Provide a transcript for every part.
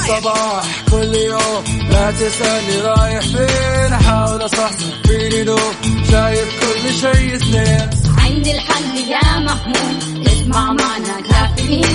الصباح كل يوم لا تسألني رايح فين أحاول أصحصح فيني لو شايف كل شيء سنين عندي الحل يا محمود اسمع معنا كافيين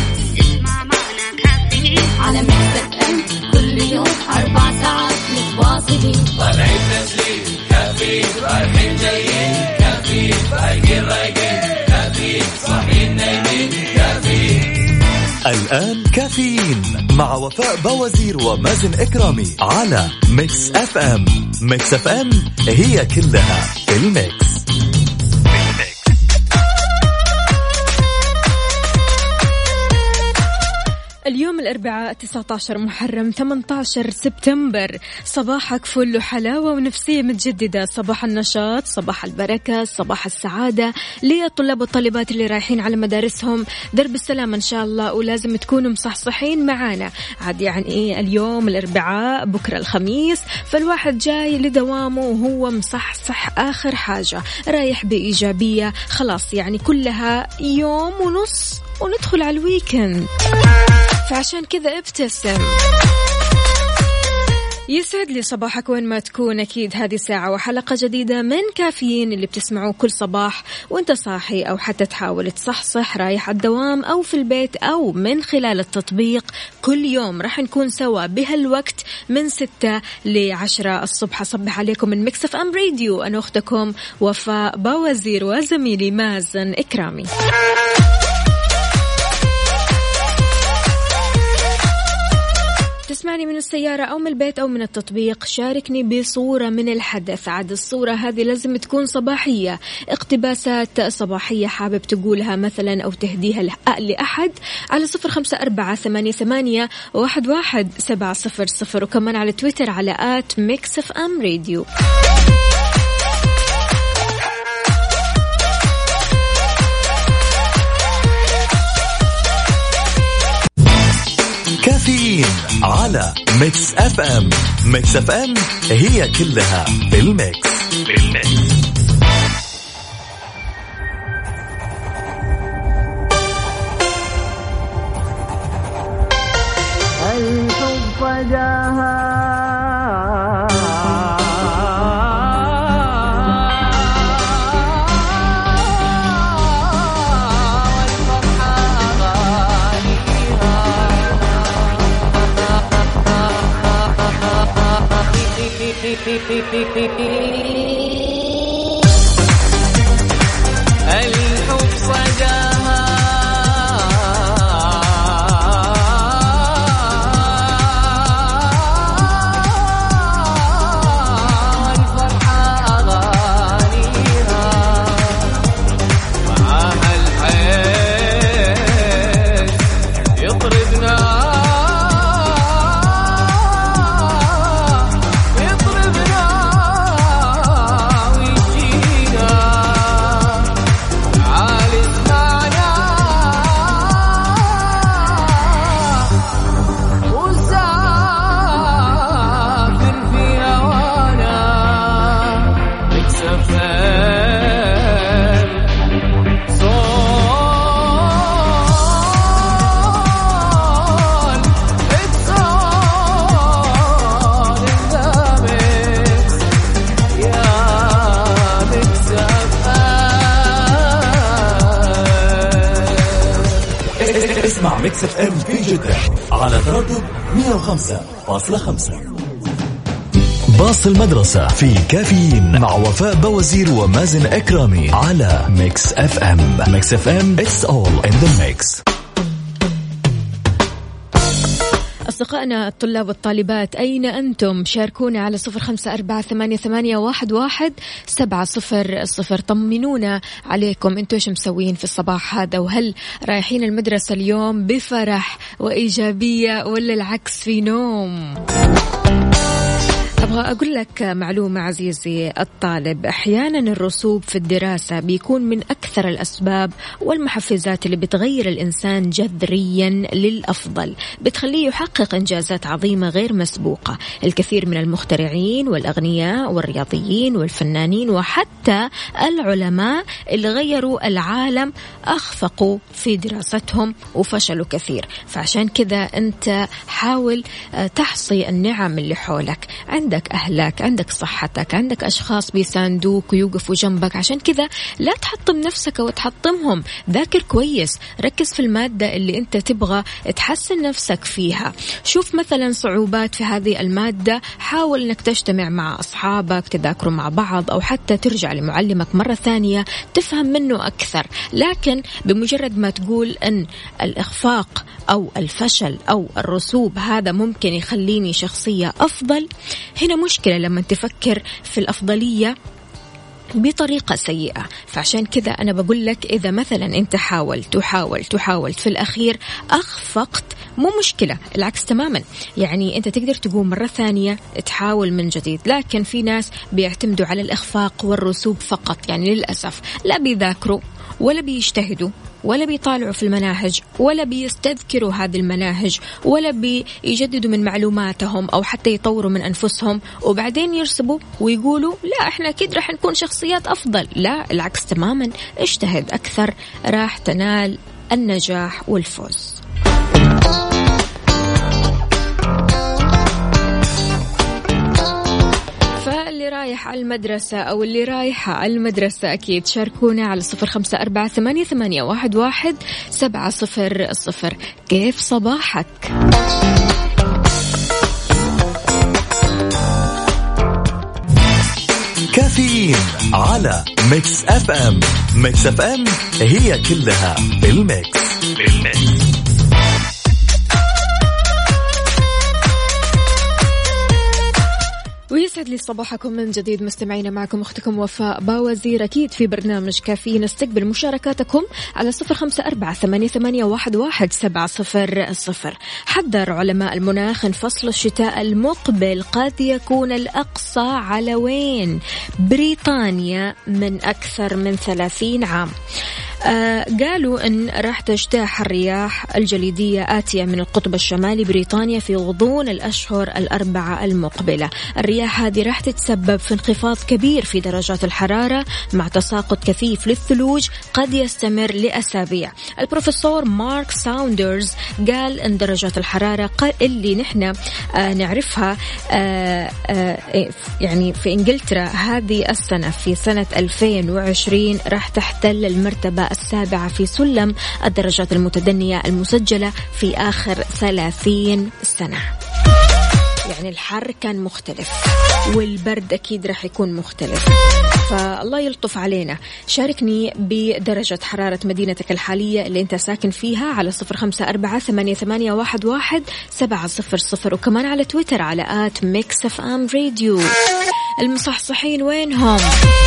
على ميكس اف ام كل يوم 4 ساعات متواصلين طالعين تسليم كافيين رايحين جايين كافيين فايقين رايقين كافيين صاحيين نايمين كافيين. الآن كافيين مع وفاء بوازير ومازن إكرامي على ميكس اف ام. ميكس اف ام هي كلها في الميكس. اليوم الأربعاء 19 محرم 18 سبتمبر. صباحك فل حلاوة ونفسية متجددة، صباح النشاط، صباح البركة، صباح السعادة للطلاب والطالبات اللي رايحين على مدارسهم درب السلام إن شاء الله، ولازم تكونوا مصحصحين معانا عاد. يعني اليوم الأربعاء بكرة الخميس، فالواحد جاي لدوامه وهو مصحصح آخر حاجة، رايح بإيجابية خلاص، يعني كلها يوم ونص وندخل على الويكند، فعشان كذا ابتسم. يسعد لي صباحك وين ما تكون. أكيد هذه ساعة وحلقة جديدة من كافيين اللي بتسمعوه كل صباح وانت صاحي أو حتى تحاول تصحصح رايح الدوام أو في البيت أو من خلال التطبيق. كل يوم راح نكون سوا بهالوقت من 6 ل10 الصبح. أصبح عليكم من ميكس اف ام راديو، أنا أختكم وفاء بوازير وزميلي مازن إكرامي. تسمعني من السيارة أو من البيت أو من التطبيق، شاركني بصورة من الحدث. عاد الصورة هذه لازم تكون صباحية، اقتباسات صباحية حابب تقولها مثلا أو تهديها لأحد على 0548811700، وكمان على تويتر على @mixfmradio. كافيين على ميكس اف ام. ميكس اف ام هي كلها في الميكس. الحب فجاها الحب صداها والفرحة أغانيها معاها الحياة يطربنا اسمع ميكس اف ام في جدة على تردد 105.5. باص المدرسة في كافيين مع وفاء بوازير ومازن إكرامي على ميكس اف ام. ميكس اف ام it's all in the mix. أصدقائنا الطلاب والطالبات أين أنتم؟ شاركونا على 0548811700. طمنونا عليكم، أنتوا إيش مسوين في الصباح هذا؟ وهل رايحين المدرسة اليوم بفرح وإيجابية ولا العكس في نوم؟ أبغى أقول لك معلومة عزيزي الطالب، أحيانا الرسوب في الدراسة بيكون من أكثر الأسباب والمحفزات اللي بتغير الإنسان جذريا للأفضل، بتخليه يحقق إنجازات عظيمة غير مسبوقة. الكثير من المخترعين والأغنياء والرياضيين والفنانين وحتى العلماء اللي غيروا العالم أخفقوا في دراستهم وفشلوا كثير. فعشان كذا أنت حاول تحصي النعم اللي حولك، عندك أهلك، عندك صحتك، عندك أشخاص بيساندوك ويوقفوا جنبك. عشان كذا لا تحطم نفسك وتحطمهم، ذاكر كويس، ركز في المادة اللي أنت تبغى تحسن نفسك فيها. شوف مثلا صعوبات في هذه المادة، حاول أنك تجتمع مع أصحابك تذاكروا مع بعض، أو حتى ترجع لمعلمك مرة ثانية تفهم منه أكثر. لكن بمجرد ما تقول أن الإخفاق أو الفشل أو الرسوب هذا ممكن يخليني شخصية أفضل، هنا مشكلة لما تفكر في الأفضلية بطريقة سيئة. فعشان كذا أنا بقول لك إذا مثلا أنت تحاول في الأخير أخفقت، مو مشكلة، العكس تماما، يعني أنت تقدر تقوم مرة ثانية تحاول من جديد. لكن في ناس بيعتمدوا على الإخفاق والرسوب فقط، يعني للأسف لا بيذاكروا ولا بيجتهدوا ولا بيطالعوا في المناهج ولا بيستذكروا هذه المناهج ولا بيجددوا من معلوماتهم أو حتى يطوروا من أنفسهم، وبعدين يرسبوا ويقولوا لا إحنا أكيد راح نكون شخصيات أفضل. لا، العكس تماما، اجتهد أكثر راح تنال النجاح والفوز. اللي رايح على المدرسة أو اللي رايحة على المدرسة أكيد شاركونا على 0548811700. كيف صباحك؟ كافيين على ميكس اف ام. ميكس اف ام هي كلها بالميكس. ويسعد لي صباحكم من جديد مستمعين، معكم أختكم وفاء باوزير أكيد في برنامج كافيين. نستقبل مشاركاتكم على 0548811700. حذر علماء المناخ أن فصل الشتاء المقبل قد يكون الأقصى على وين؟ بريطانيا من أكثر من 30 عام. قالوا أن راح تجتاح الرياح الجليدية آتية من القطب الشمالي بريطانيا في غضون الأشهر الأربعة المقبلة. الرياح هذه راح تتسبب في انخفاض كبير في درجات الحرارة مع تساقط كثيف للثلوج قد يستمر لأسابيع. البروفيسور مارك ساوندرز قال أن درجات الحرارة اللي نحن نعرفها يعني في إنجلترا هذه السنة في سنة 2020 راح تحتل المرتبة السابعة في سلم الدرجات المتدنية المسجلة في آخر 30 سنة. يعني الحر كان مختلف والبرد أكيد رح يكون مختلف، فالله يلطف علينا. شاركني بدرجة حرارة مدينتك الحالية اللي انت ساكن فيها على 0548811700، وكمان على تويتر على @mixfmradio. المصحصحين وينهم؟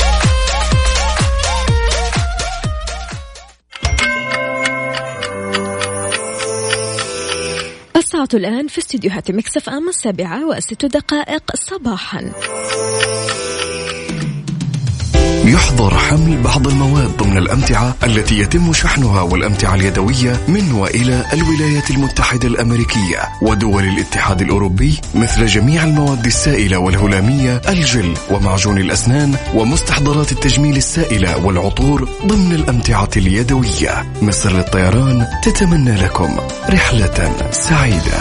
الساعة الآن في استديوهات ميكس اف ام 7:06 صباحا. يحظر حمل بعض المواد ضمن الأمتعة التي يتم شحنها والأمتعة اليدوية من وإلى الولايات المتحدة الأمريكية ودول الاتحاد الأوروبي، مثل جميع المواد السائلة والهلامية، الجل ومعجون الأسنان ومستحضرات التجميل السائلة والعطور ضمن الأمتعة اليدوية. مصر للطيران تتمنى لكم رحلة سعيدة.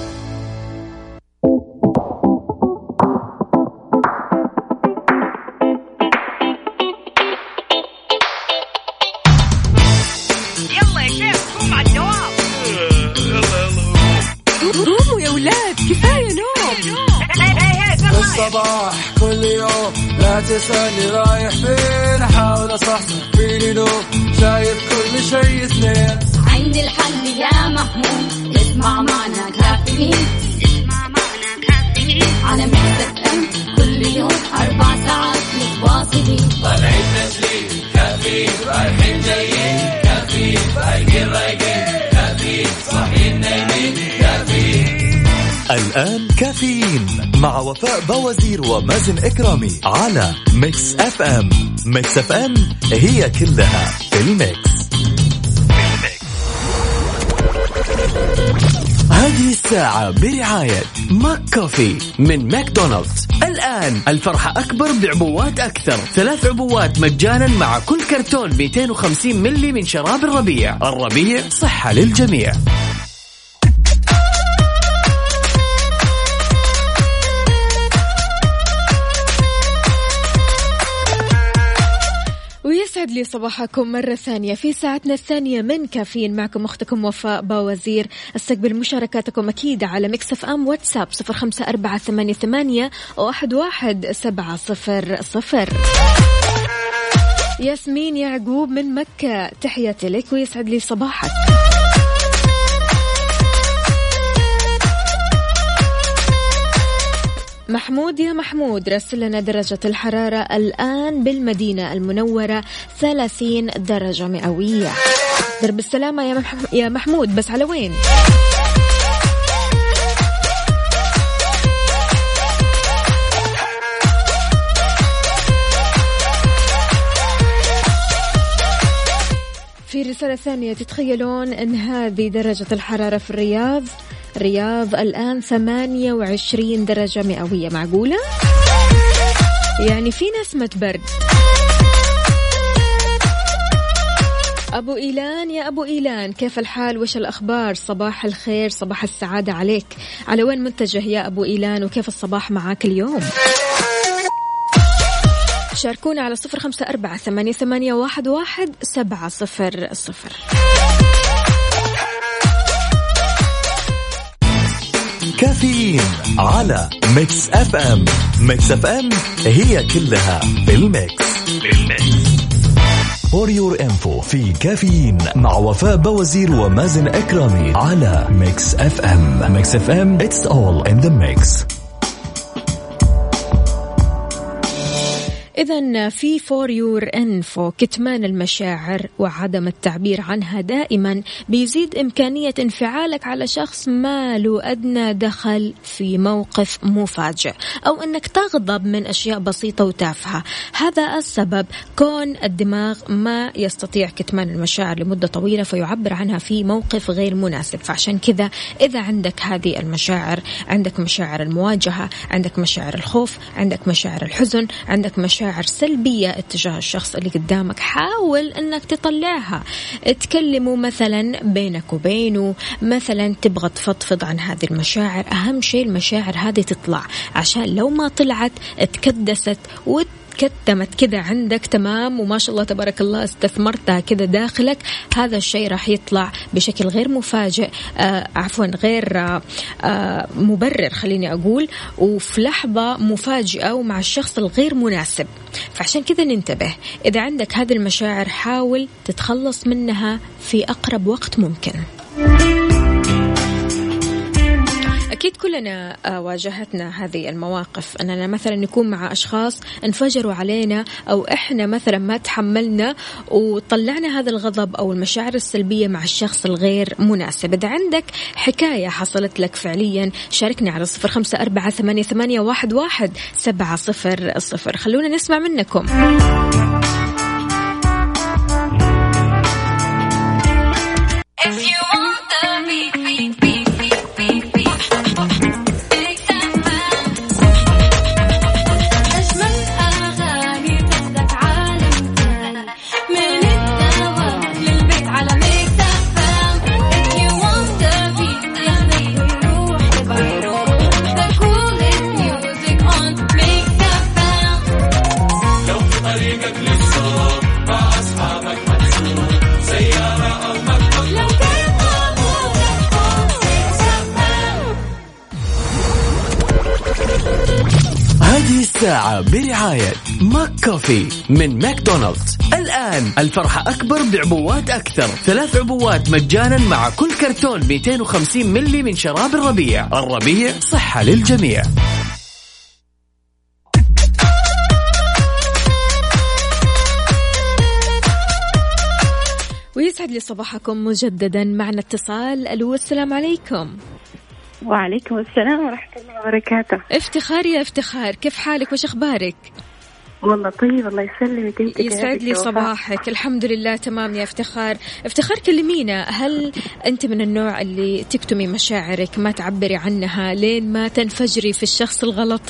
الصباح كل يوم لا تسألني رايح فين، أحاول أصحصح فيني نوم، شايف كل شيء سنين. عندي الحل يا محمود، اسمع معنا كافيين، على ميكس اف ام كل يوم 4 ساعات متواصلين. طالعين تسليم كافيين، رايحين جايين كافيين، فايقين رايقين كافيين، صاحيين نايمين كافيين. الآن كافيين مع وفاء بوازير ومازن إكرامي على ميكس اف ام. ميكس اف ام هي كلها الميكس. هذه الساعة برعاية ماك كوفي من ماكدونالدز. الآن الفرحة أكبر بعبوات أكثر، 3 عبوات مجانا مع كل كرتون 250 ملي من شراب الربيع. الربيع صحة للجميع. ويسعد لي صباحكم مرة ثانية في ساعتنا الثانية من كافيين. معكم أختكم وفاء باوزير. استقبل مشاركاتكم أكيد على ميكس اف ام واتساب 0548811700. ياسمين يعقوب من مكة، تحياتي لك ويسعد لي صباحك. محمود يا محمود رسل لنا درجة الحرارة الآن بالمدينة المنورة 30 درجة مئوية. درب السلامة يا محمود، بس على وين؟ في رسالة ثانية، تتخيلون أن هذه درجة الحرارة في الرياض الآن 28 درجة مئوية. معقولة؟ يعني في نسمة برد. أبو إيلان يا أبو إيلان، كيف الحال وش الأخبار؟ صباح الخير، صباح السعادة عليك. على وين متجه يا أبو إيلان وكيف الصباح معاك اليوم؟ شاركونا على 0548811700. كافيين على ميكس اف ام. ميكس اف ام هي كلها بالميكس. For your info في كافيين مع وفاء بوازير ومازن إكرامي على ميكس اف ام. ميكس اف ام it's all in the mix. إذن في فور يور إنفو، كتمان المشاعر وعدم التعبير عنها دائما بيزيد إمكانية انفعالك على شخص ما له أدنى دخل في موقف مفاجئ، أو أنك تغضب من أشياء بسيطة وتافهة. هذا السبب كون الدماغ ما يستطيع كتمان المشاعر لمدة طويلة فيعبر عنها في موقف غير مناسب. فعشان كذا إذا عندك هذه المشاعر، عندك مشاعر المواجهة، عندك مشاعر الخوف، عندك مشاعر الحزن، عندك مشاعر سلبية اتجاه الشخص اللي قدامك، حاول انك تطلعها. تكلموا مثلا بينك وبينه، مثلا تبغى تفضفض عن هذه المشاعر. اهم شيء المشاعر هذه تطلع، عشان لو ما طلعت اتكدست كتمت كذا عندك تمام وما شاء الله تبارك الله استثمرتها كذا داخلك، هذا الشيء راح يطلع بشكل غير مفاجئ، غير مبرر خليني أقول، وفي لحظة مفاجئة ومع الشخص الغير مناسب. فعشان كذا ننتبه، إذا عندك هذه المشاعر حاول تتخلص منها في أقرب وقت ممكن. أكيد كلنا واجهتنا هذه المواقف، أننا مثلا نكون مع أشخاص انفجروا علينا، أو إحنا مثلا ما تحملنا وطلعنا هذا الغضب أو المشاعر السلبية مع الشخص الغير مناسب. إذا عندك حكاية حصلت لك فعليا شاركني على 0548811700. خلونا نسمع منكم. هذه الساعة برعاية ماك كوفي من ماكدونالدز. الآن الفرحة أكبر بعبوات أكثر، 3 عبوات مجانا مع كل كرتون 250 ملي من شراب الربيع. الربيع صحة للجميع. ويسعد لي صباحكم مجددا. معنا اتصال. ألو السلام عليكم. وعليكم السلام ورحمة الله وبركاته. افتخار يا افتخار، كيف حالك وش أخبارك؟ والله طيب الله يسلمك. انت يسعد لي صباحك. الحمد لله تمام يا افتخار. افتخار كلمينا، هل أنت من النوع اللي تكتمي مشاعرك ما تعبري عنها لين ما تنفجري في الشخص الغلط؟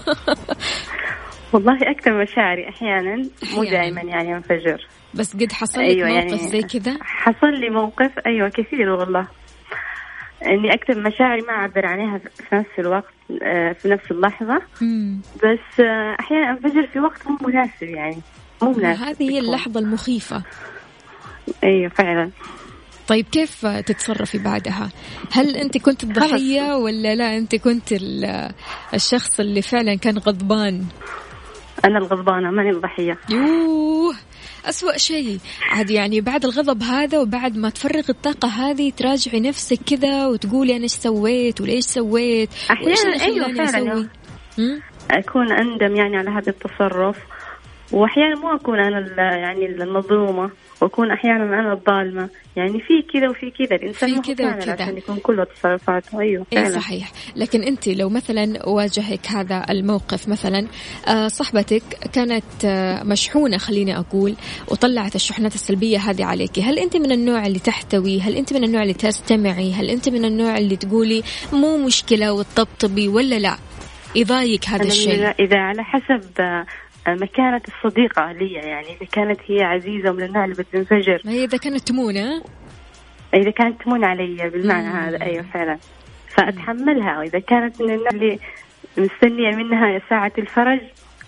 والله أكتم مشاعري أحيانا، مو دائما يعني انفجر، بس قد حصل لك أيوة موقف يعني زي كذا؟ حصل لي موقف أيوة كثير والله، إني أكتم مشاعري ما أعبر عنها في نفس الوقت في نفس اللحظة. بس أحيانا أنفجر في وقت مو مناسب، يعني مو مناسب. هذه هي اللحظة المخيفة. أيوة فعلا. طيب كيف تتصرفي بعدها؟ هل أنت كنت الضحية ولا لا أنت كنت الشخص اللي فعلا كان غضبان؟ أنا الغضبانة ماني الضحية. يوه أسوأ شيء عاد، يعني بعد الغضب هذا وبعد ما تفرغ الطاقة هذه تراجعي نفسك كذا وتقولي أنا إيش سويت وليش سويت وإيش اللي خلاني أسوي. أكون أندم يعني على هذا التصرف، وأحيانا مو أكون أنا يعني المظلومة، وأكون أحيانا أنا الظالمة، يعني في كذا وفي كذا، الإنسان في كذا وكذا عشان يكون كله تصرفاته. أيوة إيه صحيح. لكن أنت لو مثلا واجهك هذا الموقف، مثلا صحبتك كانت مشحونة خليني أقول وطلعت الشحنات السلبية هذه عليك، هل أنت من النوع اللي تحتوي؟ هل أنت من النوع اللي تستمعي؟ هل أنت من النوع اللي تقولي مو مشكلة وتطبطبي، ولا لا يضايق هذا الشيء؟ إذا على حسب مكانة الصديقة لي، يعني إذا كانت هي عزيزة ومن النوع اللي بتنفجر، هي إذا كانت تمونة، إذا كانت تمون علي بالمعنى هذا أيوة فعلا فأتحملها، وإذا كانت من النوع اللي مستنية منها ساعة الفرج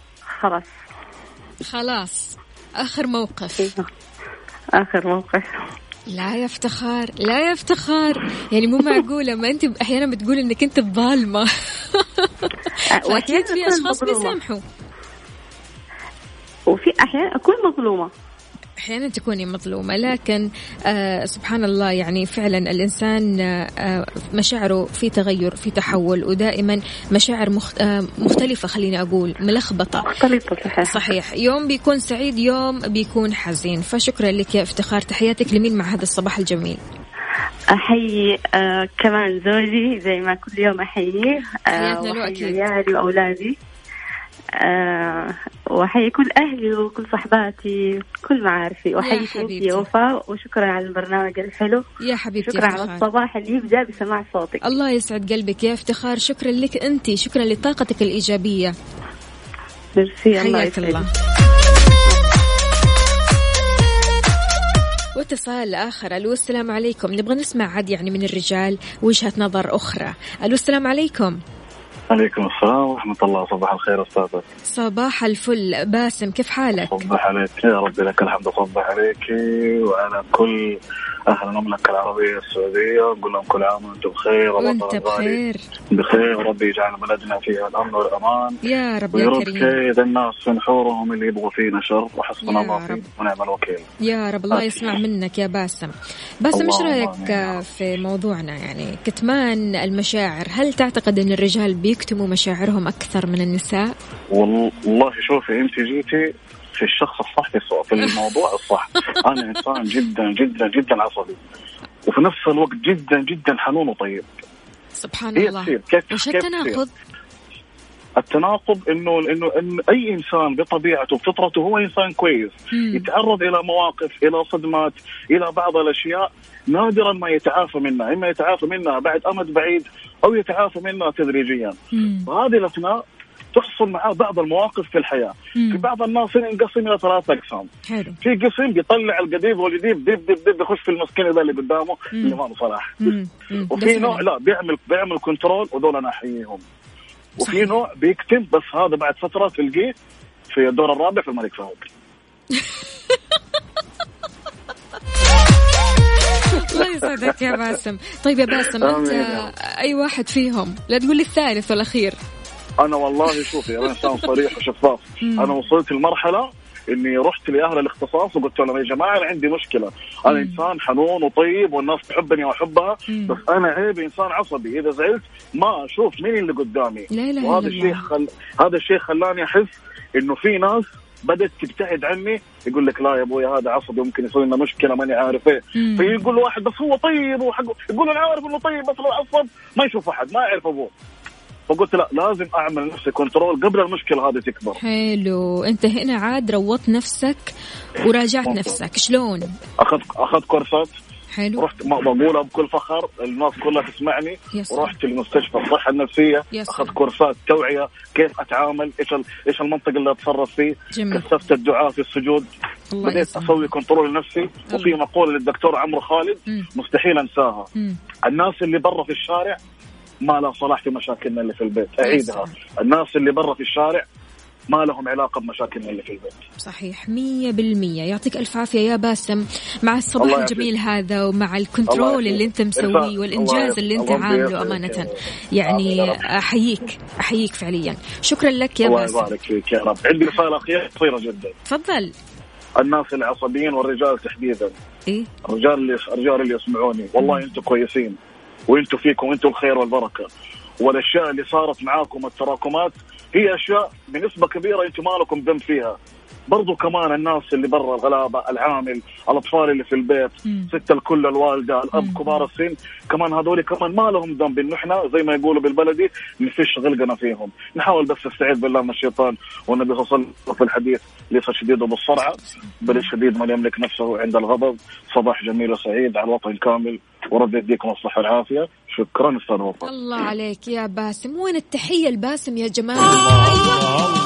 خلاص آخر موقف. آخر موقف. لا يا افتخار، لا يا افتخار، يعني مو معقولة ما أنت أحيانا بتقول إنك أنت الظالمة. وأكيد في أشخاص بيسامحوا، وفي أحيانا أكون مظلومة. أحيانا تكوني مظلومة، لكن سبحان الله يعني فعلا الإنسان مشاعره في تغير في تحول، ودائما مشاعر مختلفة خليني أقول ملخبطة. صحيح، يوم بيكون سعيد يوم بيكون حزين. فشكرا لك يا افتخار. تحياتك لمين مع هذا الصباح الجميل؟ أحيي كمان زوجي زي ما كل يوم أحييه، وأحيي عيالي وأولادي، وحي كل أهلي وكل صحباتي كل معارفي، وحيك أنت يا وفاء، وشكرا على البرنامج الحلو يا حبيبتي. شكرا على الصباح اللي يبدأ بسماع صوتك. الله يسعد قلبك يا افتخار. شكرا لك أنت، شكرا لطاقتك الإيجابية. ميرسي. حياك الله. واتصال آخر. ألو السلام عليكم. نبغى نسمع عاد يعني من الرجال وجهة نظر أخرى. ألو السلام عليكم. عليكم السلام ورحمة الله. صباح الخير أستاذ. صباح الفل باسم، كيف حالك؟ صباح عليك يا ربي، لك الحمد. صباح عليك وعلى كل أهل المملكة العربية السعودية، نقول لهم كل عام وأنتم بخير. وأنت بخير بخير، وربي يجعل بلدنا فيها الأمن والأمان يا رب يا كريم، ويرد كيد الناس في نحورهم اللي يبغوا فينا شر، وحسبنا الله فيه ونعم الوكيل يا رب. الله يسمع منك يا باسم. باسم إيش رأيك في موضوعنا يعني كتمان المشاعر؟ هل تعتقد أن الرجال بيكتموا مشاعرهم أكثر من النساء؟ والله شوفي، أنت جيتي في الشخص الصح في الموضوع الصح. أنا إنسان جدا جدا جدا عصبي، وفي نفس الوقت جدا جدا حنون وطيب. سبحان الله. وش التناقض؟ التناقض إنه أي إنسان بطبيعته وفطرته هو إنسان كويس، يتعرض إلى مواقف، إلى صدمات، إلى بعض الأشياء نادرا ما يتعافى منها، إما يتعافى منها بعد أمد بعيد أو يتعافى منها تدريجيا. وهذه الأثناء تحصل معاه بعض المواقف في الحياة. في بعض الناس ينقسم إلى 3 أقسام. في قسم بيطلع القديم والجديد دب يخش في المسكين ذا اللي قدامه اللي ما صلاح. وفي نوع لا بيعمل كنترول، وذول أنا أحييهم. وفي نوع بيكتم، بس هذا بعد فترة تلقيه في الدور الرابع في الملك فهد. الله يسعدك يا باسم. طيب يا باسم، أنت أي واحد فيهم؟ لا تقول لي الثالث والأخير. أنا والله شوفي، أنا إنسان صريح وشفاف. أنا وصلت لمرحلة إني رحت لأهل الاختصاص وقلت لهم يا جماعة أنا عندي مشكلة، أنا إنسان حنون وطيب والناس تحبني وأحبها، بس أنا عيب إنسان عصبي، إذا زعلت ما أشوف مين اللي قدامي. وهذا الشيء هذا الشيء خلاني أحس إنه في ناس بدأت تبتعد عني يقول لك لا يا ابوي هذا عصبي ممكن يسوي لنا مشكله ماني عارف ايه. فيقول له واحد بس هو طيب وحقه، يقول انا عارف انه طيب بس لو عصب ما يشوف احد ما يعرف ابوه. فقلت لا لازم اعمل نفسي كنترول قبل المشكله هذه تكبر. حلو، انت هنا عاد روضت نفسك وراجعت نفسك. شلون؟ اخذت كورسات. حلو. رحت ما بقولها بكل فخر، الناس كلها تسمعني. ورحت للمستشفى الصحة النفسية، أخذت كورسات توعية كيف أتعامل، إيش المنطقة اللي أتصرف فيه. كثفت الدعاء في السجود، بديت أسوي كنترول لنفسي. وفي مقولة للدكتور عمرو خالد مستحيل أنساها، الناس اللي برا في الشارع ما لا صلاح في مشاكلنا اللي في البيت. أعيدها، الناس اللي برا في الشارع ما لهم علاقة بمشاكلنا اللي في البيت. صحيح 100%. يعطيك ألف عافية يا باسم مع الصباح الجميل هذا ومع الكنترول اللي انت مسويه والإنجاز اللي انت عامله أمانة. يعني أحييك فعليا. شكرا لك يا باسم. الله يبارك فيك يا رب. عندي رسالة أخيرة قصيرة جدا. تفضل. الناس العصبيين والرجال تحديدا، إيه؟ الرجال اللي يسمعوني، والله أنتم كويسين وأنتم فيكم أنتم الخير والبركة، والأشياء اللي صارت معاكم التراكمات هي أشياء بنسبة كبيرة أنتم ما لكم ذنب فيها. برضو كمان الناس اللي برا، الغلابة، العامل، الأطفال اللي في البيت، ست الكل، الوالدة، الأب، كبار السن، كمان هذول كمان ما لهم ذنب إنه إحنا زي ما يقولوا بالبلدي نفش غلقنا فيهم. نحاول بس نستعيذ بالله من الشيطان. والنبي صلى الله عليه وسلم في الحديث ليس الشديد بالسرعة بل الشديد من يملك نفسه عند الغضب. صباح جميل وسعيد على الوطن كامل، ورب يديكم الصحة والعافية. شكرا أستاذ وفاء. الله عليك يا باسم. وين التحية الباسم يا جماعة؟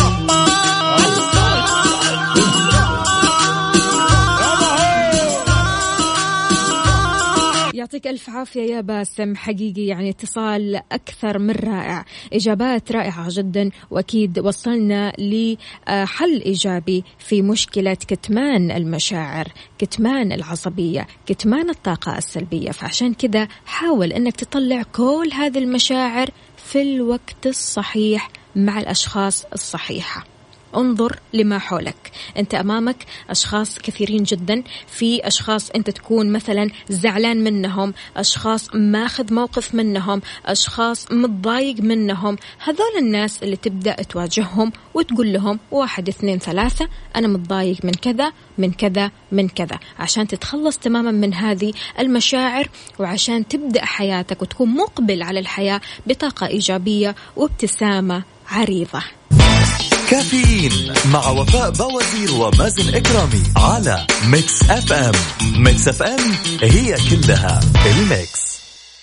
يعطيك ألف عافية يا باسم. حقيقي يعني اتصال أكثر من رائع، إجابات رائعة جدا، وأكيد وصلنا لحل إيجابي في مشكلة كتمان المشاعر، كتمان العصبية، كتمان الطاقة السلبية. فعشان كده حاول أنك تطلع كل هذه المشاعر في الوقت الصحيح مع الأشخاص الصحيحة. انظر لما حولك. أنت أمامك أشخاص كثيرين جدا، في أشخاص أنت تكون مثلا زعلان منهم، أشخاص ماخذ موقف منهم، أشخاص متضايق منهم. هذول الناس اللي تبدأ تواجههم وتقول لهم 1 2 3 أنا متضايق من كذا من كذا من كذا، عشان تتخلص تماما من هذه المشاعر، وعشان تبدأ حياتك وتكون مقبل على الحياة بطاقة إيجابية وابتسامة عريضة. كافيين مع وفاء بوازير ومازن إكرامي على ميكس اف ام. ميكس اف ام هي كلها الميكس.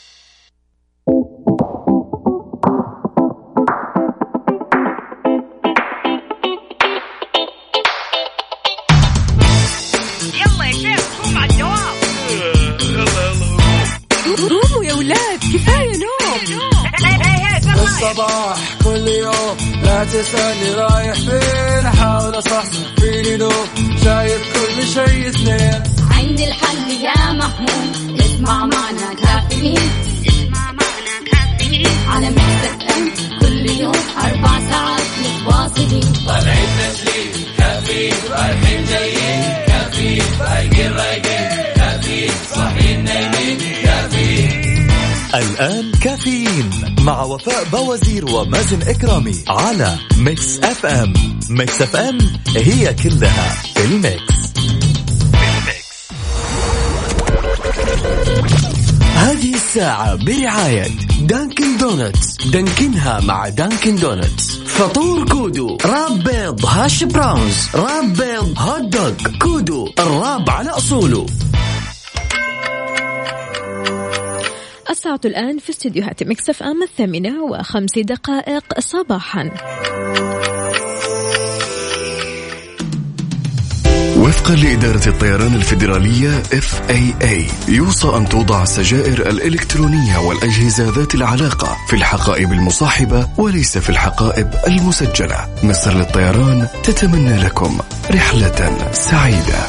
يلا يا شيخ قوم على الدوام. قوموا يا ولاد كفاية نوم. الصباح كل يوم لا تسألني رايح فين، أحاول أصحصح فيني نوم، شايف كل شيء اثنين. عندي الحل يا محمود، اسمع معنا كافيين، اسمع معنا كافيين على ميكس اف ام. كل يوم 4 ساعات متواصلين، طالعين تسليم كافيين، رايحين جايين كافيين، فايقين رايقين كافيين، صاحيين نايمين كافيين. الآن كافيين مع وفاء بوازير ومازن إكرامي على ميكس اف ام. ميكس اف ام هي كلها الميكس. هذه الساعة برعاية دانكن دونتس. دانكنها مع دانكن دونتس. فطور كودو، راب بيض هاش براونز، راب بيض هوت دوغ. كودو الراب على أصوله. الساعة الآن في استديوهات ميكس اف ام 8:05 صباحا. وفقا لإدارة الطيران الفيدرالية FAA يوصى أن توضع السجائر الإلكترونية والأجهزة ذات العلاقة في الحقائب المصاحبة وليس في الحقائب المسجلة. مصر للطيران تتمنى لكم رحلة سعيدة.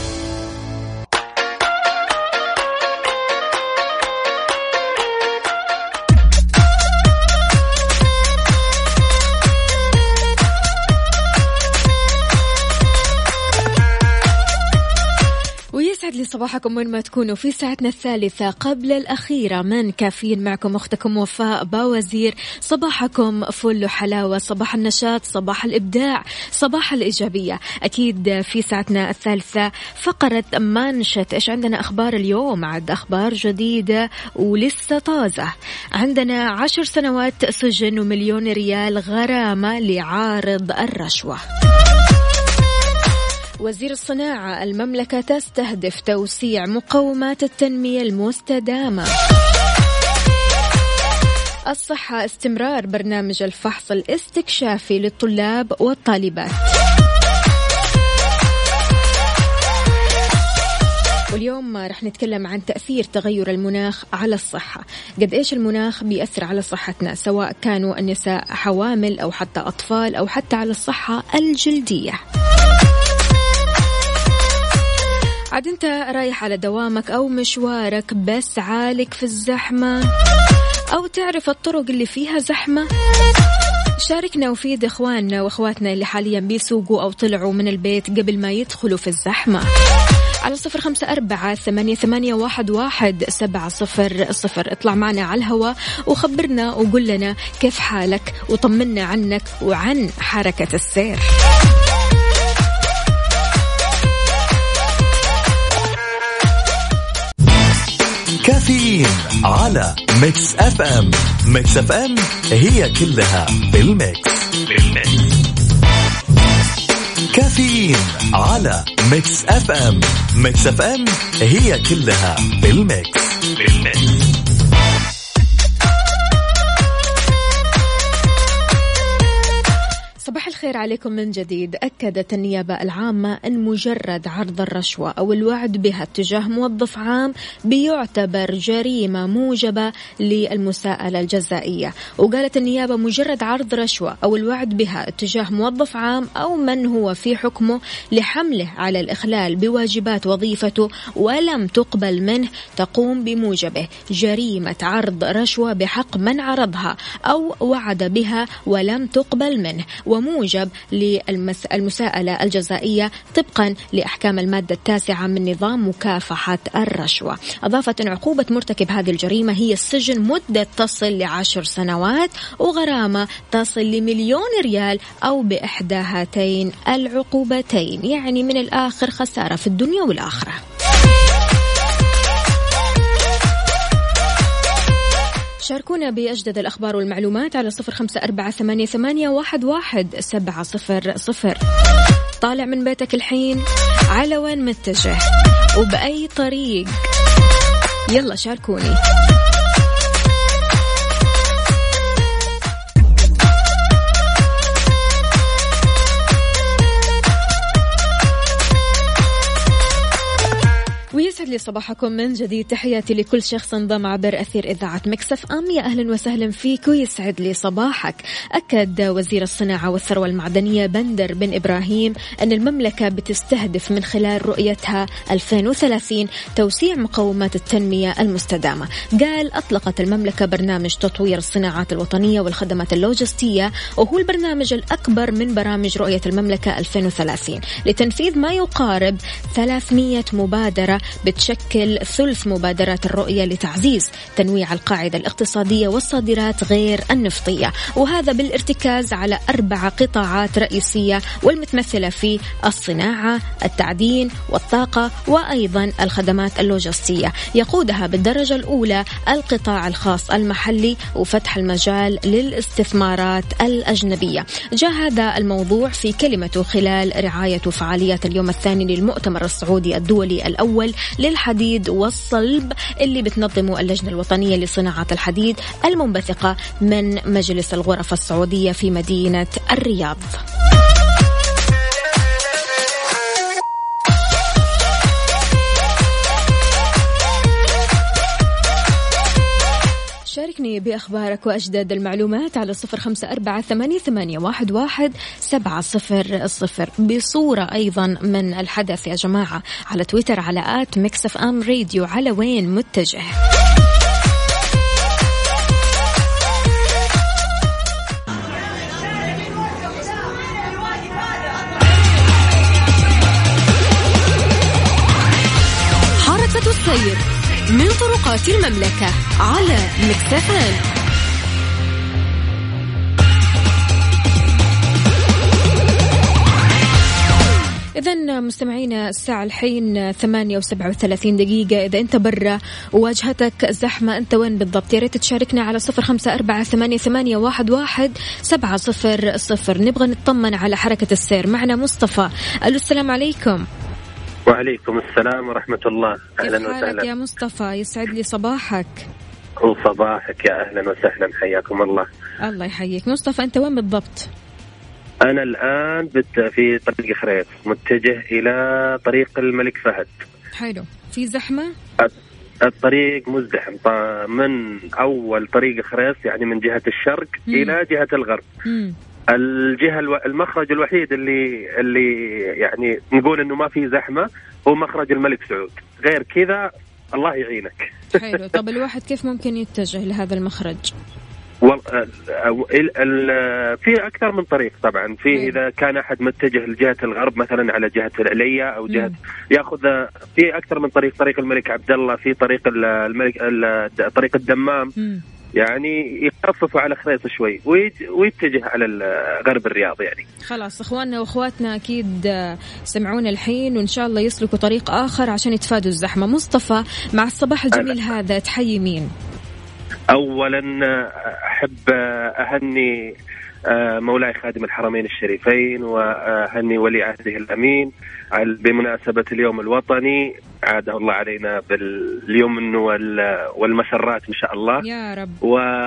لي صباحكم وين ما تكونوا في ساعتنا الثالثة قبل الأخيرة من كافيين. معكم أختكم وفاء باوزير. صباحكم فل وحلاوة، صباح النشاط، صباح الإبداع، صباح الإيجابية. أكيد في ساعتنا الثالثة فقرة مانشت. إيش عندنا أخبار اليوم؟ عد أخبار جديدة ولسه طازة. عندنا 10 سنوات سجن و1,000,000 ريال غرامة لعارض الرشوة. وزير الصناعة، المملكة تستهدف توسيع مقومات التنمية المستدامة. الصحة، استمرار برنامج الفحص الاستكشافي للطلاب والطالبات. واليوم رح نتكلم عن تأثير تغير المناخ على الصحة. قد إيش المناخ بيأثر على صحتنا، سواء كانوا النساء حوامل أو حتى أطفال أو حتى على الصحة الجلدية. عاد أنت رايح على دوامك أو مشوارك بس عالق في الزحمة، أو تعرف الطرق اللي فيها زحمة؟ شاركنا وفيد إخواننا وأخواتنا اللي حاليا بيسوقوا أو طلعوا من البيت قبل ما يدخلوا في الزحمة على 0548811700. اطلع معنا على الهواء وخبرنا وقول لنا كيف حالك وطمنا عنك وعن حركة السير. كافيين على ميكس اف ام. ميكس اف ام هي كلها بالميكس. كافيين على ميكس اف ام. ميكس اف ام هي كلها بالميكس. صباح الخير عليكم من جديد. أكدت النيابة العامة أن مجرد عرض الرشوة أو الوعد بها تجاه موظف عام بيعتبر جريمة موجبة للمساءلة الجزائية. وقالت النيابة مجرد عرض رشوة أو الوعد بها تجاه موظف عام أو من هو في حكمه لحمله على الإخلال بواجبات وظيفته ولم تقبل منه تقوم بموجبه جريمة عرض رشوة بحق من عرضها أو وعد بها ولم تقبل منه، وموجب للمساءلة الجزائية طبقا لأحكام المادة 9 من نظام مكافحة الرشوة. أضافت أن عقوبة مرتكب هذه الجريمة هي السجن مدة تصل ل10 سنوات وغرامة تصل ل1,000,000 ريال أو بإحدى هاتين العقوبتين. يعني من الآخر خسارة في الدنيا والآخرة. شاركونا بأجدد الأخبار والمعلومات على 0548811700. طالع من بيتك الحين، على وين متجه وبأي طريق؟ يلا شاركوني. ويسعد لي صباحكم من جديد. تحياتي لكل شخص انضم عبر أثير إذاعة ميكس اف ام. يا أهلا وسهلا فيك ويسعد لي صباحك. أكد وزير الصناعة والثروة المعدنية بندر بن إبراهيم أن المملكة بتستهدف من خلال رؤيتها 2030 توسيع مقومات التنمية المستدامة. قال أطلقت المملكة برنامج تطوير الصناعات الوطنية والخدمات اللوجستية، وهو البرنامج الأكبر من برامج رؤية المملكة 2030 لتنفيذ ما يقارب 300 مبادرة بتشكل ثلث مبادرات الرؤية لتعزيز تنويع القاعدة الاقتصادية والصادرات غير النفطية، وهذا بالارتكاز على 4 قطاعات رئيسية والمتمثلة في الصناعة، التعدين والطاقة وأيضا الخدمات اللوجستية. يقودها بالدرجة الأولى القطاع الخاص المحلي وفتح المجال للاستثمارات الأجنبية. جاء هذا الموضوع في كلمته خلال رعاية فعاليات اليوم الثاني للمؤتمر السعودي الدولي الأول للحديد والصلب اللي بتنظمه اللجنة الوطنية لصناعة الحديد المنبثقة من مجلس الغرف السعودية في مدينة الرياض. شاركني بأخبارك وأجدد المعلومات على 0548811700 بصورة أيضا من الحدث يا جماعة على تويتر على @mixfmradio. على وين متجه؟ في المملكة على ميكس اف ام. إذن مستمعينا الساعة الحين 8:37 دقيقة. إذا أنت برا وواجهتك زحمة أنت وين بالضبط؟ يا ريت تشاركنا على 0548811700. نبغى نطمن على حركة السير. معنا مصطفى. ألو السلام عليكم. وعليكم السلام ورحمة الله. أهلا وسهلا يا مصطفى، يسعد لي صباحك. وصباحك يا أهلا وسهلا، حياكم الله. الله يحييك. مصطفى أنت وين بالضبط؟ أنا الآن في طريق خريص متجه إلى طريق الملك فهد. حلو. في زحمة؟ الطريق مزدحم من أول طريق خريص يعني من جهة الشرق إلى جهة الغرب. الجهة المخرج الوحيد اللي يعني نقول إنه ما في زحمة هو مخرج الملك سعود، غير كذا الله يعينك. حلو. طب الواحد كيف ممكن يتجه لهذا المخرج؟ في أكثر من طريق طبعا. في إذا كان أحد متجه لجهة الغرب مثلا على جهة العليا أو جهة يأخذ في أكثر من طريق. طريق الملك عبد الله، في طريق الملك طريق الدمام. يعني يخففوا على خريص شوي ويتجه على غرب الرياض. يعني خلاص إخواننا وأخواتنا أكيد سمعونا الحين وإن شاء الله يسلكوا طريق آخر عشان يتفادوا الزحمة. مصطفى مع الصباح الجميل هذا تحيي مين؟ أولا أحب أهني مولاي خادم الحرمين الشريفين وأهني ولي عهده الأمين بمناسبة اليوم الوطني، عاده الله علينا باليمن والمسرات إن شاء الله يا رب.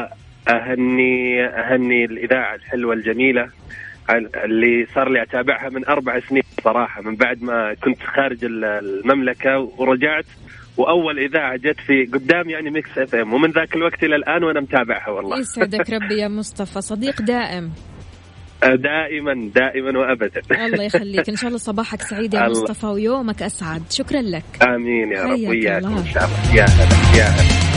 وأهني الإذاعة الحلوة الجميلة اللي صار لي أتابعها من 4 سنين صراحة، من بعد ما كنت خارج المملكة ورجعت، وأول إذاعة جت في قدام يعني ميكس اف ام، ومن ذاك الوقت إلى الآن وأنا متابعها والله. يسعدك ربي يا مصطفى، صديق دائم. دائما وأبدا. الله يخليك، إن شاء الله صباحك سعيد يا مصطفى ويومك أسعد. شكرا لك. آمين يا رب وياكم إن شاء الله. يا هلا يا هلا.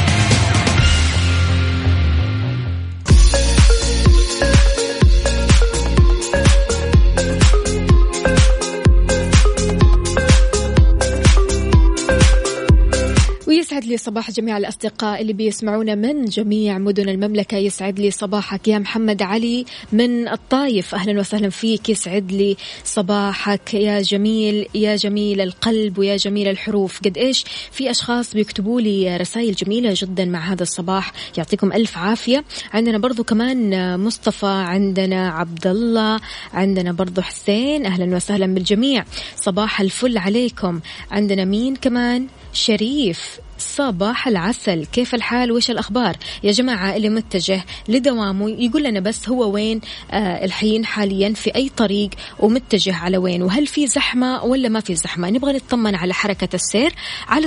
يسعد لي صباح جميع الأصدقاء اللي بيسمعونا من جميع مدن المملكة. يسعد لي صباحك يا محمد علي من الطايف، أهلا وسهلا فيك. يسعد لي صباحك يا جميل، يا جميل القلب ويا جميل الحروف. قد إيش في أشخاص بيكتبوا لي رسائل جميلة جدا مع هذا الصباح، يعطيكم ألف عافية. عندنا برضو كمان مصطفى، عندنا عبد الله، عندنا برضو حسين، أهلا وسهلا بالجميع، صباح الفل عليكم. عندنا مين كمان؟ شريف، صباح العسل، كيف الحال وإيش الأخبار يا جماعة؟ اللي متجه لدوامه يقول لنا بس هو وين الحين حاليا، في أي طريق ومتجه على وين، وهل في زحمة ولا ما في زحمة. نبغى نطمن على حركة السير على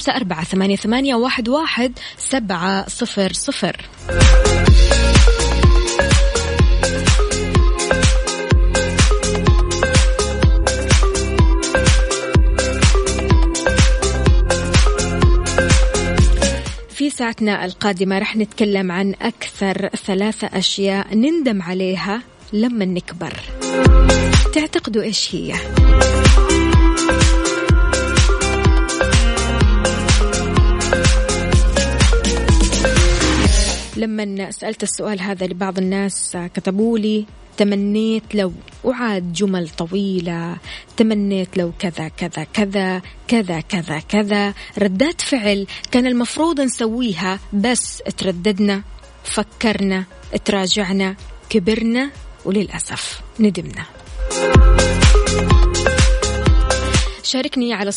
0548811700. في ساعتنا القادمة رح نتكلم عن أكثر 3 أشياء نندم عليها لما نكبر. تعتقدوا إيش هي؟ لما سألت السؤال هذا لبعض الناس كتبوا لي تمنيت لو، وعاد جمل طويلة، تمنيت لو كذا كذا كذا كذا كذا كذا، ردات فعل كان المفروض نسويها بس ترددنا، فكرنا، تراجعنا، كبرنا، وللأسف ندمنا. شاركني على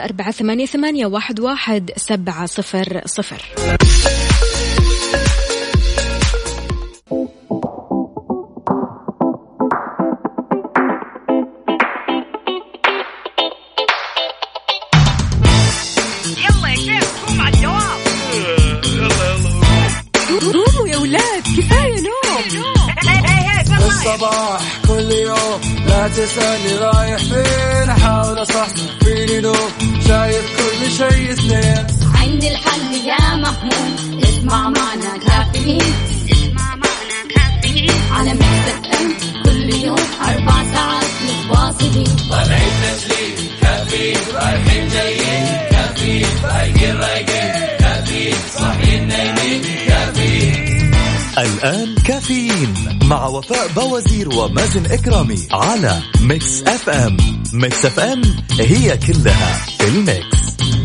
0548811700. قوموا يا ولاد، كفاية نوم. الصباح كل يوم لا تسألني رايح فين، أحاول أصحصح فيني نوم، شايف كل شيء سنين. عندي الحل يا محمود، اسمع معنا كافيين، اسمع معنا كافيين على ميكس اف ام، كل يوم 4 ساعات متواصلين. طالعين تسليم كافيين، رايحين جايين كافيين، رايقين رايقين كافيين، الآن كافيين مع وفاء بوازير ومازن إكرامي على ميكس اف ام. ميكس اف ام هي كلها في الميكس.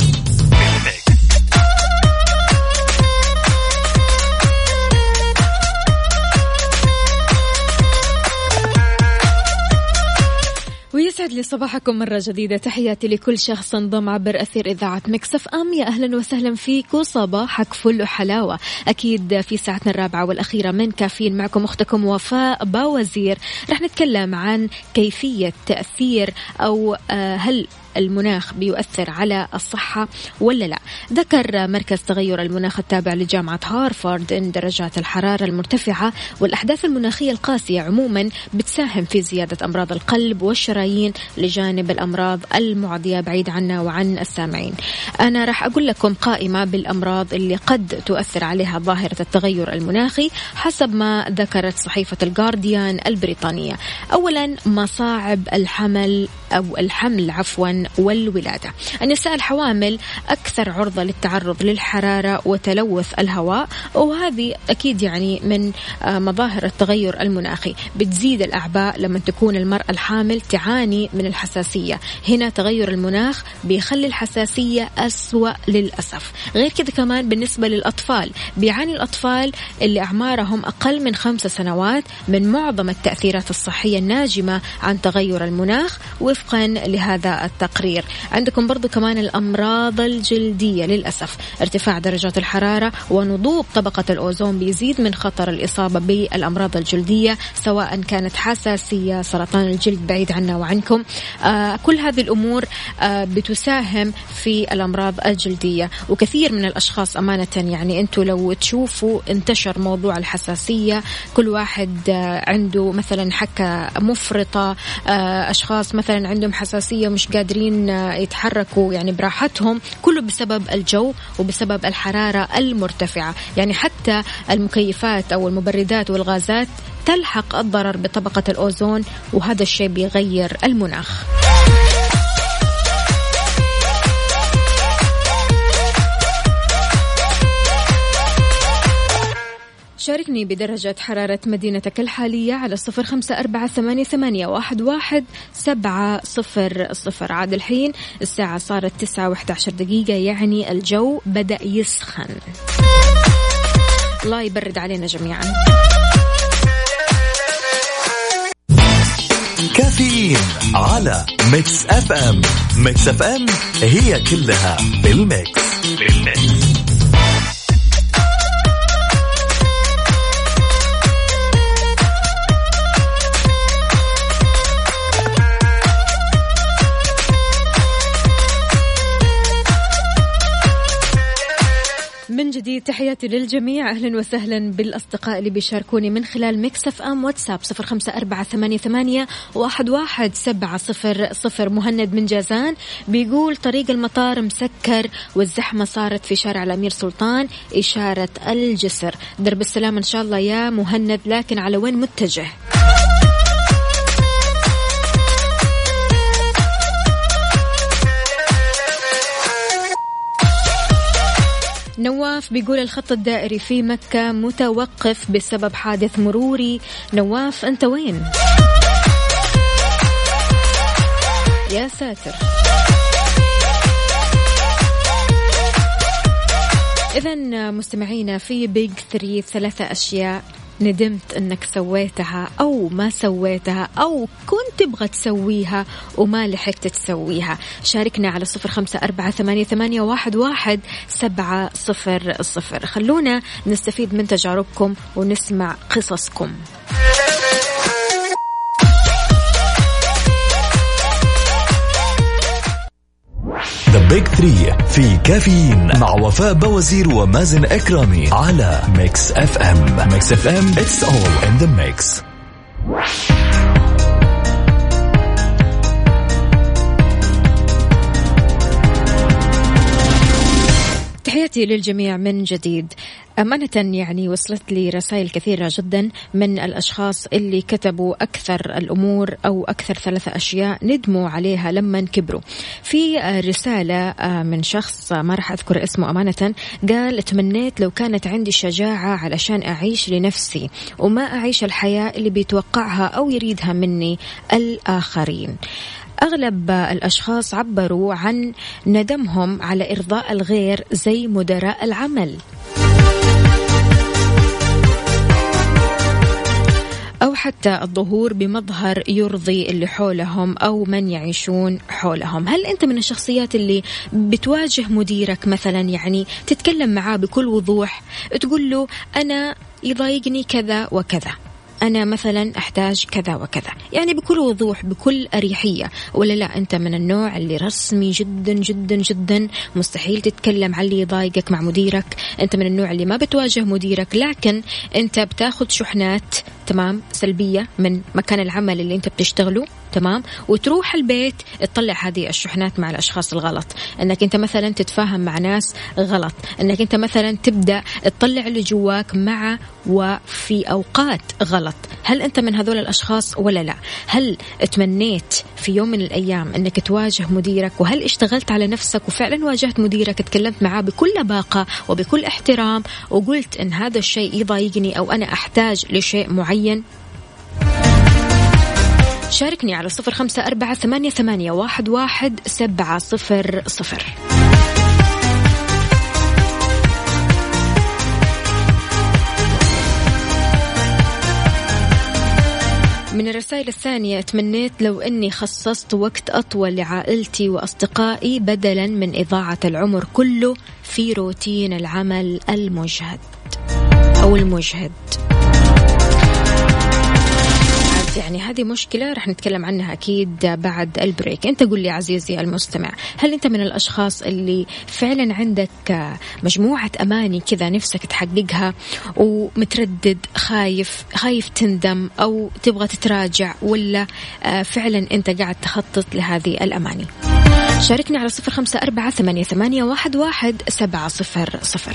ويسعد لي صباحكم مرة جديدة. تحياتي لكل شخص انضم عبر أثير إذاعة ميكس اف ام. يا أهلا وسهلا فيك وصباحك فل وحلاوة. أكيد في ساعتنا الرابعة والأخيرة من كافيين معكم أختكم وفاء باوزير. رح نتكلم عن كيفية تأثير أو هل المناخ بيؤثر على الصحة ولا لا. ذكر مركز تغير المناخ التابع لجامعة هارفارد أن درجات الحرارة المرتفعة والأحداث المناخية القاسية عموما بتساهم في زيادة أمراض القلب والشرايين لجانب الأمراض المعدية بعيد عنا وعن السامعين. أنا راح أقول لكم قائمة بالأمراض اللي قد تؤثر عليها ظاهرة التغير المناخي حسب ما ذكرت صحيفة الجارديان البريطانية. أولا مصاعب الحمل والولادة. النساء الحوامل أكثر عرضة للتعرض للحرارة وتلوث الهواء، وهذه أكيد يعني من مظاهر التغير المناخي. بتزيد الأعباء لما تكون المرأة الحامل تعاني من الحساسية. هنا تغير المناخ بيخلي الحساسية أسوأ للأسف. غير كده كمان بالنسبة للأطفال، بيعاني الأطفال اللي أعمارهم أقل من 5 سنوات من معظم التأثيرات الصحية الناجمة عن تغير المناخ وفقا لهذا التقرير. عندكم برضو كمان الأمراض الجلدية. للأسف ارتفاع درجات الحرارة ونضوب طبقة الأوزون بيزيد من خطر الإصابة بالأمراض الجلدية، سواء كانت حساسية، سرطان الجلد بعيد عنا وعنكم. كل هذه الأمور بتساهم في الأمراض الجلدية. وكثير من الأشخاص أمانة يعني أنتوا لو تشوفوا انتشر موضوع الحساسية، كل واحد عنده مثلا حكة مفرطة، أشخاص مثلا عندهم حساسية مش قادرين يتحركوا يعني براحتهم، كله بسبب الجو وبسبب الحرارة المرتفعة. يعني حتى المكيفات أو المبردات والغازات تلحق الضرر بطبقة الأوزون، وهذا الشيء بيغير المناخ. شاركني بدرجة حرارة مدينتك الحالية على 0548811700. عاد الحين الساعة صارت 9:11 يعني الجو بدأ يسخن. الله يبرد علينا جميعا. كافيين على ميكس اف ام. ميكس اف ام هي كلها بالميكس. من جديد تحياتي للجميع. أهلا وسهلا بالأصدقاء اللي بيشاركوني من خلال ميكس اف ام واتساب 0548811700. مهند من جازان بيقول طريق المطار مسكر والزحمة صارت في شارع الأمير سلطان إشارة الجسر. درب السلام إن شاء الله يا مهند، لكن على وين متجه؟ نواف بيقول الخط الدائري في مكة متوقف بسبب حادث مروري. نواف أنت وين؟ يا ساتر. إذن مستمعينا في بيج 3 3 أشياء ندمت أنك سويتها أو ما سويتها أو كنت تبغى تسويها وما لحقت تسويها. شاركنا على 0548811700. خلونا نستفيد من تجاربكم ونسمع قصصكم. The Big 3 في كافيين مع وفاء بوازير ومازن إكرامي على ميكس اف ام. ميكس اف ام it's all in the mix. تحياتي للجميع من جديد. أمانة يعني وصلت لي رسائل كثيرة جدا من الأشخاص اللي كتبوا أكثر الأمور أو أكثر 3 أشياء ندموا عليها لما كبروا. في رسالة من شخص ما راح أذكر اسمه أمانة، قال تمنيت لو كانت عندي شجاعة علشان أعيش لنفسي وما أعيش الحياة اللي بيتوقعها أو يريدها مني الآخرين. أغلب الأشخاص عبروا عن ندمهم على إرضاء الغير زي مدراء العمل أو حتى الظهور بمظهر يرضي اللي حولهم أو من يعيشون حولهم. هل أنت من الشخصيات اللي بتواجه مديرك مثلا، يعني تتكلم معاه بكل وضوح تقول له أنا يضايقني كذا وكذا، أنا مثلا أحتاج كذا وكذا، يعني بكل وضوح بكل أريحية، ولا لا أنت من النوع اللي رسمي جدا جدا جدا مستحيل تتكلم عن اللي يضايقك مع مديرك؟ أنت من النوع اللي ما بتواجه مديرك لكن أنت بتاخد شحنات تمام سلبية من مكان العمل اللي أنت بتشتغله تمام، وتروح البيت تطلع هذه الشحنات مع الأشخاص الغلط، أنك أنت مثلا تتفاهم مع ناس غلط، أنك أنت مثلا تبدأ تطلع اللي جواك مع وفي أوقات غلط. هل أنت من هذول الأشخاص ولا لا؟ هل تمنيت في يوم من الأيام أنك تواجه مديرك؟ وهل اشتغلت على نفسك وفعلا واجهت مديرك، تكلمت معاه بكل لباقة وبكل احترام وقلت أن هذا الشيء يضايقني أو أنا أحتاج لشيء معين؟ شاركني على 0548811700. من الرسائل الثانية، تمنيت لو أني خصصت وقت أطول لعائلتي وأصدقائي بدلا من إضاعة العمر كله في روتين العمل المجهد أو المجهد. يعني هذه مشكلة رح نتكلم عنها أكيد بعد البريك. أنت قل لي عزيزي المستمع، هل أنت من الأشخاص اللي فعلا عندك مجموعة أماني كذا نفسك تحققها ومتردد خايف تندم أو تبغى تتراجع، ولا فعلا أنت قاعد تخطط لهذه الأماني؟ شاركني على 0548811700.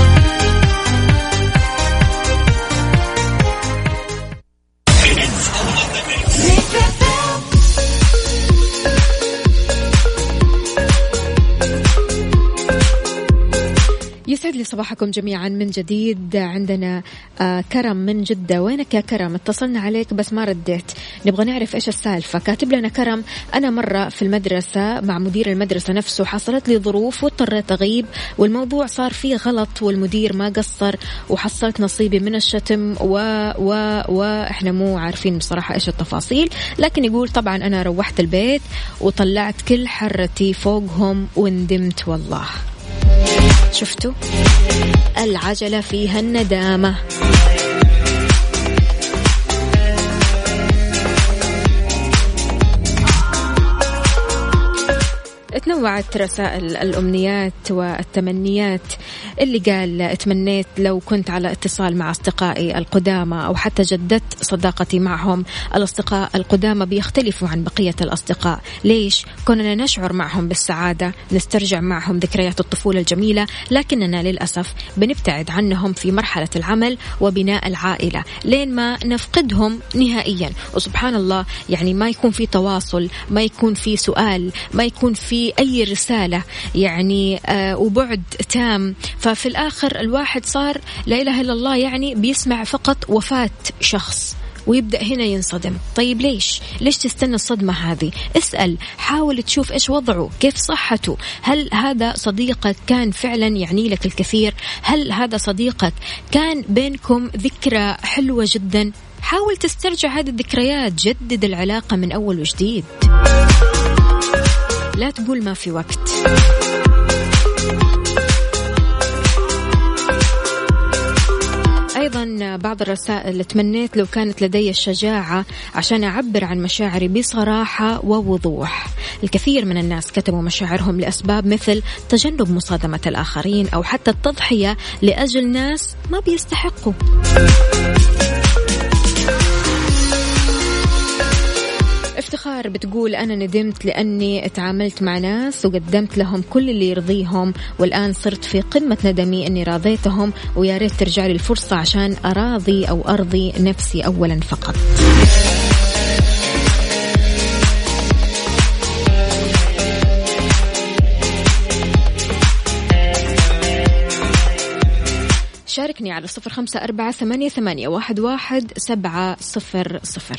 يسعد لي صباحكم جميعا من جديد. عندنا كرم من جدة. وينك يا كرم؟ اتصلنا عليك بس ما رديت، نبغى نعرف إيش السالفة. كاتب لنا كرم: أنا مرة في المدرسة مع مدير المدرسة نفسه حصلت لي ظروف واضطريت أغيب، والموضوع صار فيه غلط والمدير ما قصر، وحصلت نصيبي من الشتم وإحنا مو عارفين بصراحة إيش التفاصيل، لكن يقول طبعا أنا روحت البيت وطلعت كل حرتي فوقهم وندمت والله. شفتوا العجلة فيها الندامة. تنوعت رسائل الأمنيات والتمنيات. اللي قال تمنيت لو كنت على اتصال مع أصدقائي القدامى أو حتى جددت صداقتي معهم. الأصدقاء القدامى بيختلفوا عن بقية الأصدقاء. ليش؟ كوننا نشعر معهم بالسعادة، نسترجع معهم ذكريات الطفولة الجميلة، لكننا للأسف بنبتعد عنهم في مرحلة العمل وبناء العائلة لين ما نفقدهم نهائيا. وسبحان الله يعني ما يكون في تواصل، ما يكون في سؤال، ما يكون في أي رسالة يعني وبعد تام. ففي الآخر الواحد صار لا إله إلا الله يعني بيسمع فقط وفاة شخص ويبدأ هنا ينصدم. طيب ليش تستنى الصدمة هذه؟ اسأل، حاول تشوف إيش وضعه، كيف صحته، هل هذا صديقك كان فعلا يعني لك الكثير؟ هل هذا صديقك كان بينكم ذكرى حلوة جدا؟ حاول تسترجع هذه الذكريات، جدد العلاقة من أول وجديد، لا تقول ما في وقت. أيضا بعض الرسائل: تمنيت لو كانت لدي الشجاعة عشان أعبر عن مشاعري بصراحة ووضوح. الكثير من الناس كتبوا مشاعرهم لأسباب مثل تجنب مصادمة الآخرين أو حتى التضحية لأجل ناس ما بيستحقوا. افتخار بتقول أنا ندمت لأني تعاملت مع ناس وقدمت لهم كل اللي يرضيهم، والآن صرت في قمة ندمي أني راضيتهم، ويا ريت ترجع لي الفرصة عشان أراضي أو أرضي نفسي أولا فقط. شاركني على 0548811700.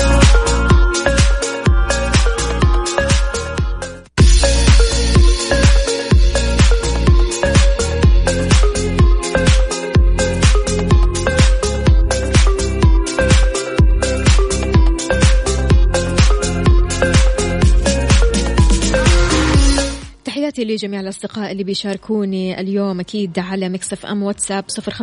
لجميع الأصدقاء اللي بيشاركوني اليوم أكيد على ميكس اف ام واتساب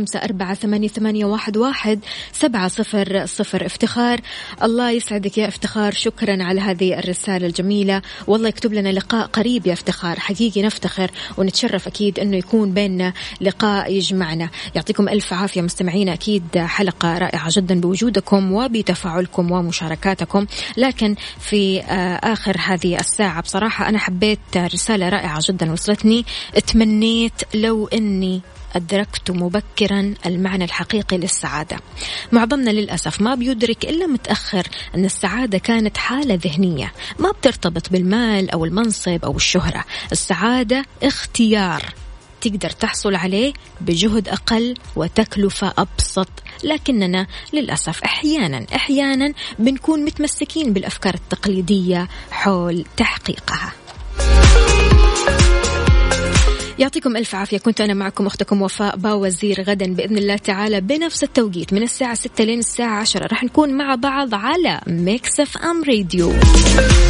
0548811700. افتخار، الله يسعدك يا افتخار، شكرا على هذه الرسالة الجميلة، والله يكتب لنا لقاء قريب يا افتخار، حقيقي نفتخر ونتشرف أكيد أنه يكون بيننا لقاء يجمعنا. يعطيكم ألف عافية مستمعين، أكيد حلقة رائعة جدا بوجودكم وبتفاعلكم ومشاركاتكم. لكن في آخر هذه الساعة بصراحة أنا حبيت رسالة رائعة جدا وصلتني، اتمنيت لو أني أدركت مبكرا المعنى الحقيقي للسعادة. معظمنا للأسف ما بيدرك إلا متأخر أن السعادة كانت حالة ذهنية ما بترتبط بالمال أو المنصب أو الشهرة. السعادة اختيار تقدر تحصل عليه بجهد أقل وتكلفة أبسط، لكننا للأسف أحيانا بنكون متمسكين بالأفكار التقليدية حول تحقيقها. يعطيكم ألف عافية، كنت أنا معكم أختكم وفاء باوزير. غدا بإذن الله تعالى بنفس التوقيت من الساعة 6 لين الساعة 10 رح نكون مع بعض على ميكس اف ام راديو.